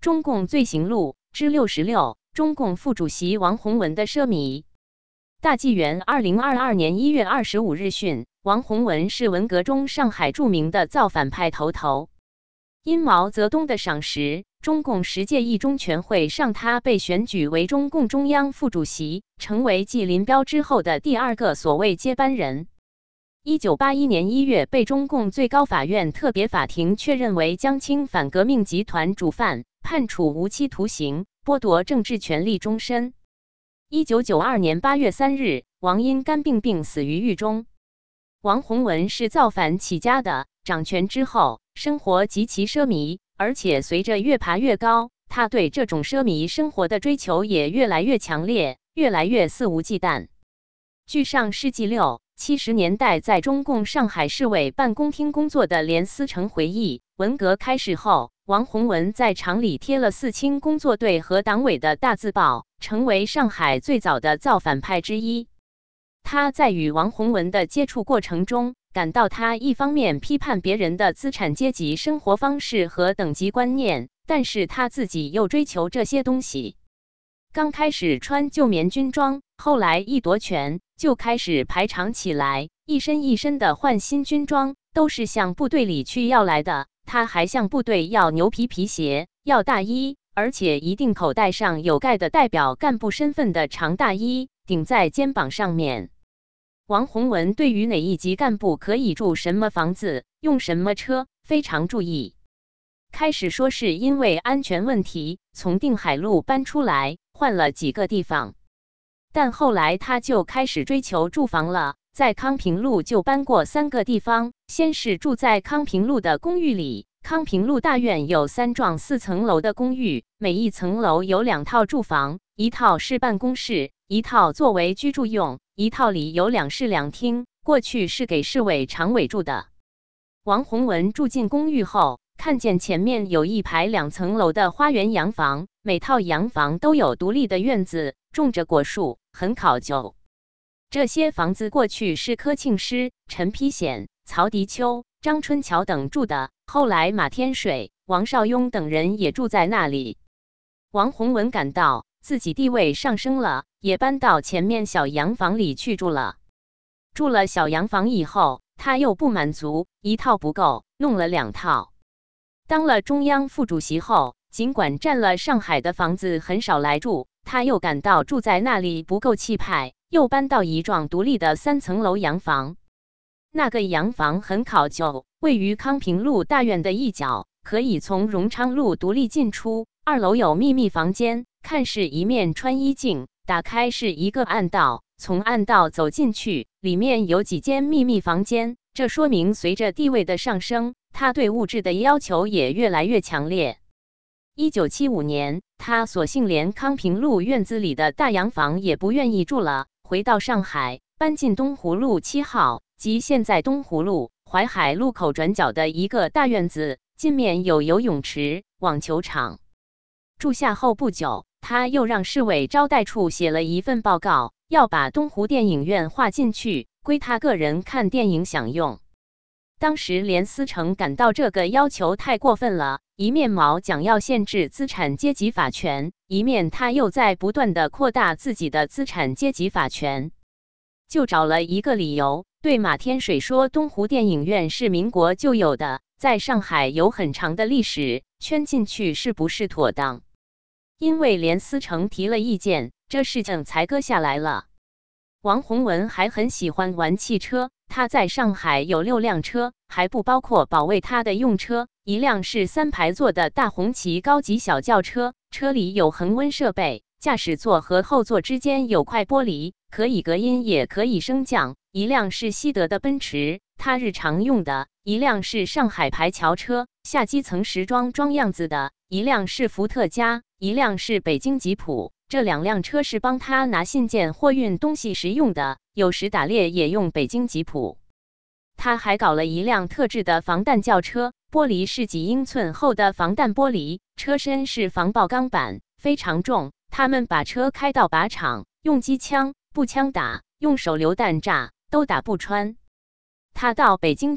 中共罪行录之66，中共副主席王洪文的奢靡。大纪元2022年1月25日讯，王洪文是文革中上海著名的造反派头。因毛泽东的赏识，中共10届一中全会上他被选举为中共中央副主席，成为继林彪之后的第2个所谓接班人。1981年1月被中共最高法院特别法庭确认为江青反革命集团主犯，判处无期徒刑，剥夺政治权利终身。1992年8月3日，王因肝病死于狱中。王洪文是造反起家的，掌权之后，生活极其奢靡，而且随着越爬越高，他对这种奢靡生活的追求也越来越强烈，越来越肆无忌惮。据上世纪60、70年代在中共上海市委办公厅工作的连思成回忆，文革开始后，王洪文在厂里贴了四清工作队和党委的大字报，成为上海最早的造反派之一。他在与王洪文的接触过程中，感到他一方面批判别人的资产阶级生活方式和等级观念，但是他自己又追求这些东西。刚开始穿旧棉军装，后来一夺权就开始排场起来，一身一身的换新军装，都是向部队里去要来的。他还向部队要牛皮皮鞋，要大衣，而且一定口袋上有盖的代表干部身份的长大衣，顶在肩膀上面。王洪文对于哪一级干部可以住什么房子、用什么车非常注意。开始说是因为安全问题，从定海路搬出来，换了几个地方。但后来他就开始追求住房了，在康平路就搬过3个地方，先是住在康平路的公寓里。康平路大院有3幢4层楼的公寓，每一层楼有2套住房，一套是办公室，一套作为居住用，一套里有2室2厅，过去是给市委常委住的。王洪文住进公寓后，看见前面有一排2层楼的花园洋房，每套洋房都有独立的院子，种着果树，很考究。这些房子过去是柯庆施、陈丕显、曹迪秋、张春桥等住的，后来马天水、王绍庸等人也住在那里。王洪文感到自己地位上升了，也搬到前面小洋房里去住了。住了小洋房以后，他又不满足，一套不够，弄了2套。当了中央副主席后，尽管占了上海的房子很少来住，他又感到住在那里不够气派，又搬到一幢独立的3层楼洋房。那个洋房很考究，位于康平路大院的一角，可以从荣昌路独立进出。2楼有秘密房间，看是一面穿衣镜，打开是一个暗道，从暗道走进去，里面有几间秘密房间。这说明随着地位的上升，他对物质的要求也越来越强烈。1975年，他索性连康平路院子里的大洋房也不愿意住了，回到上海，搬进东湖路7号，即现在东湖路、淮海路口转角的一个大院子，近面有游泳池、网球场。住下后不久，他又让市委招待处写了一份报告，要把东湖电影院划进去，归他个人看电影享用。当时连思成感到这个要求太过分了，一面毛讲要限制资产阶级法权，一面他又在不断地扩大自己的资产阶级法权。就找了一个理由，对马天水说东湖电影院是民国就有的，在上海有很长的历史，圈进去是不是妥当？因为连思成提了意见，这事情才搁下来了。王洪文还很喜欢玩汽车，他在上海有6辆车，还不包括保卫他的用车。一辆是3排座的大红旗高级小轿车，车里有恒温设备，驾驶座和后座之间有块玻璃，可以隔音也可以升降。一辆是西德的奔驰，他日常用的；一辆是上海牌轿车，下基层时装样子的；一辆是伏特加，一辆是北京吉普。这2辆车是帮他拿信件或运东西时用的，有时打猎也用北京吉普。他还搞了一辆特制的防弹轿车，玻璃是几英寸厚的防弹玻璃，车身是防爆钢板，非常重。他们把车开到靶场，用机枪、步枪打，用手榴弹炸，都打不穿。他到北京去，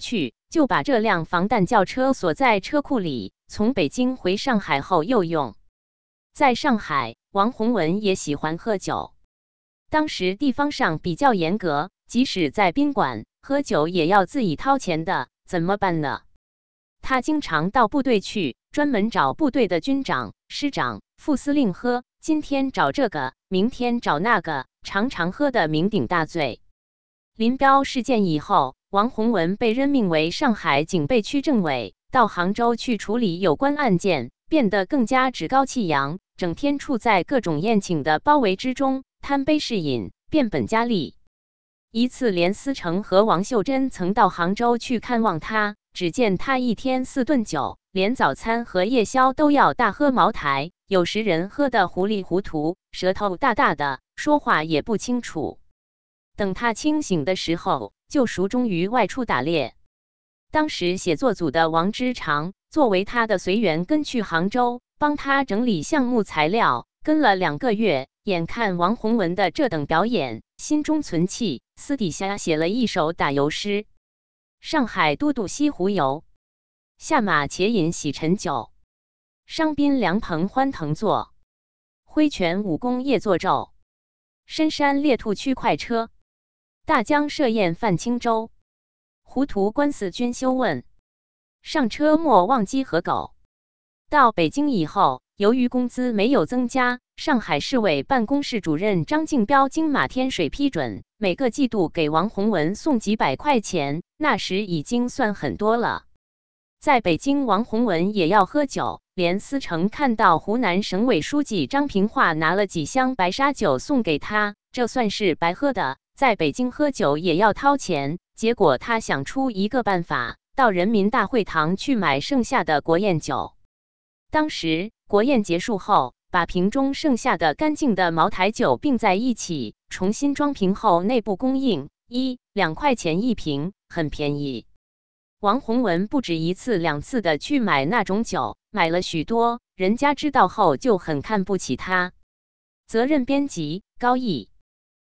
就把这辆防弹轿车锁在车库里，从北京回上海后又用。在上海，王洪文也喜欢喝酒。当时地方上比较严格，即使在宾馆喝酒也要自己掏钱的，怎么办呢？他经常到部队去，专门找部队的军长、师长、副司令喝，今天找这个，明天找那个，常常喝得酩酊大醉。林彪事件以后，王洪文被任命为上海警备区政委，到杭州去处理有关案件，变得更加趾高气扬，整天处在各种宴请的包围之中，贪杯嗜饮，变本加厉。一次，连思成和王秀珍曾到杭州去看望他，只见他一天4顿酒，连早餐和夜宵都要大喝茅台，有时人喝得糊里糊涂，舌头大大的，说话也不清楚。等他清醒的时候，就熟终于外出打猎。当时写作组的王之长作为他的随员跟去杭州，帮他整理项目材料，跟了2个月。眼看王洪文的这等表演，心中存气，私底下写了一首打油诗：上海都督西湖游，下马且饮洗尘酒。商宾凉棚欢腾坐，挥拳武功夜作昼。深山猎兔驱快车，大江设宴泛轻舟。糊涂官司君休问，上车莫忘鸡和狗。到北京以后，由于工资没有增加，上海市委办公室主任张敬彪经马天水批准，每个季度给王洪文送几百块钱，那时已经算很多了。在北京，王洪文也要喝酒。连思成看到湖南省委书记张平化拿了几箱白沙酒送给他，这算是白喝的。在北京喝酒也要掏钱，结果他想出一个办法，到人民大会堂去买剩下的国宴酒。当时国宴结束后，把瓶中剩下的干净的茅台酒并在一起，重新装瓶后内部供应，1-2块钱一瓶，很便宜。王洪文不止1次2次的去买那种酒，买了许多，人家知道后就很看不起他。责任编辑：高毅。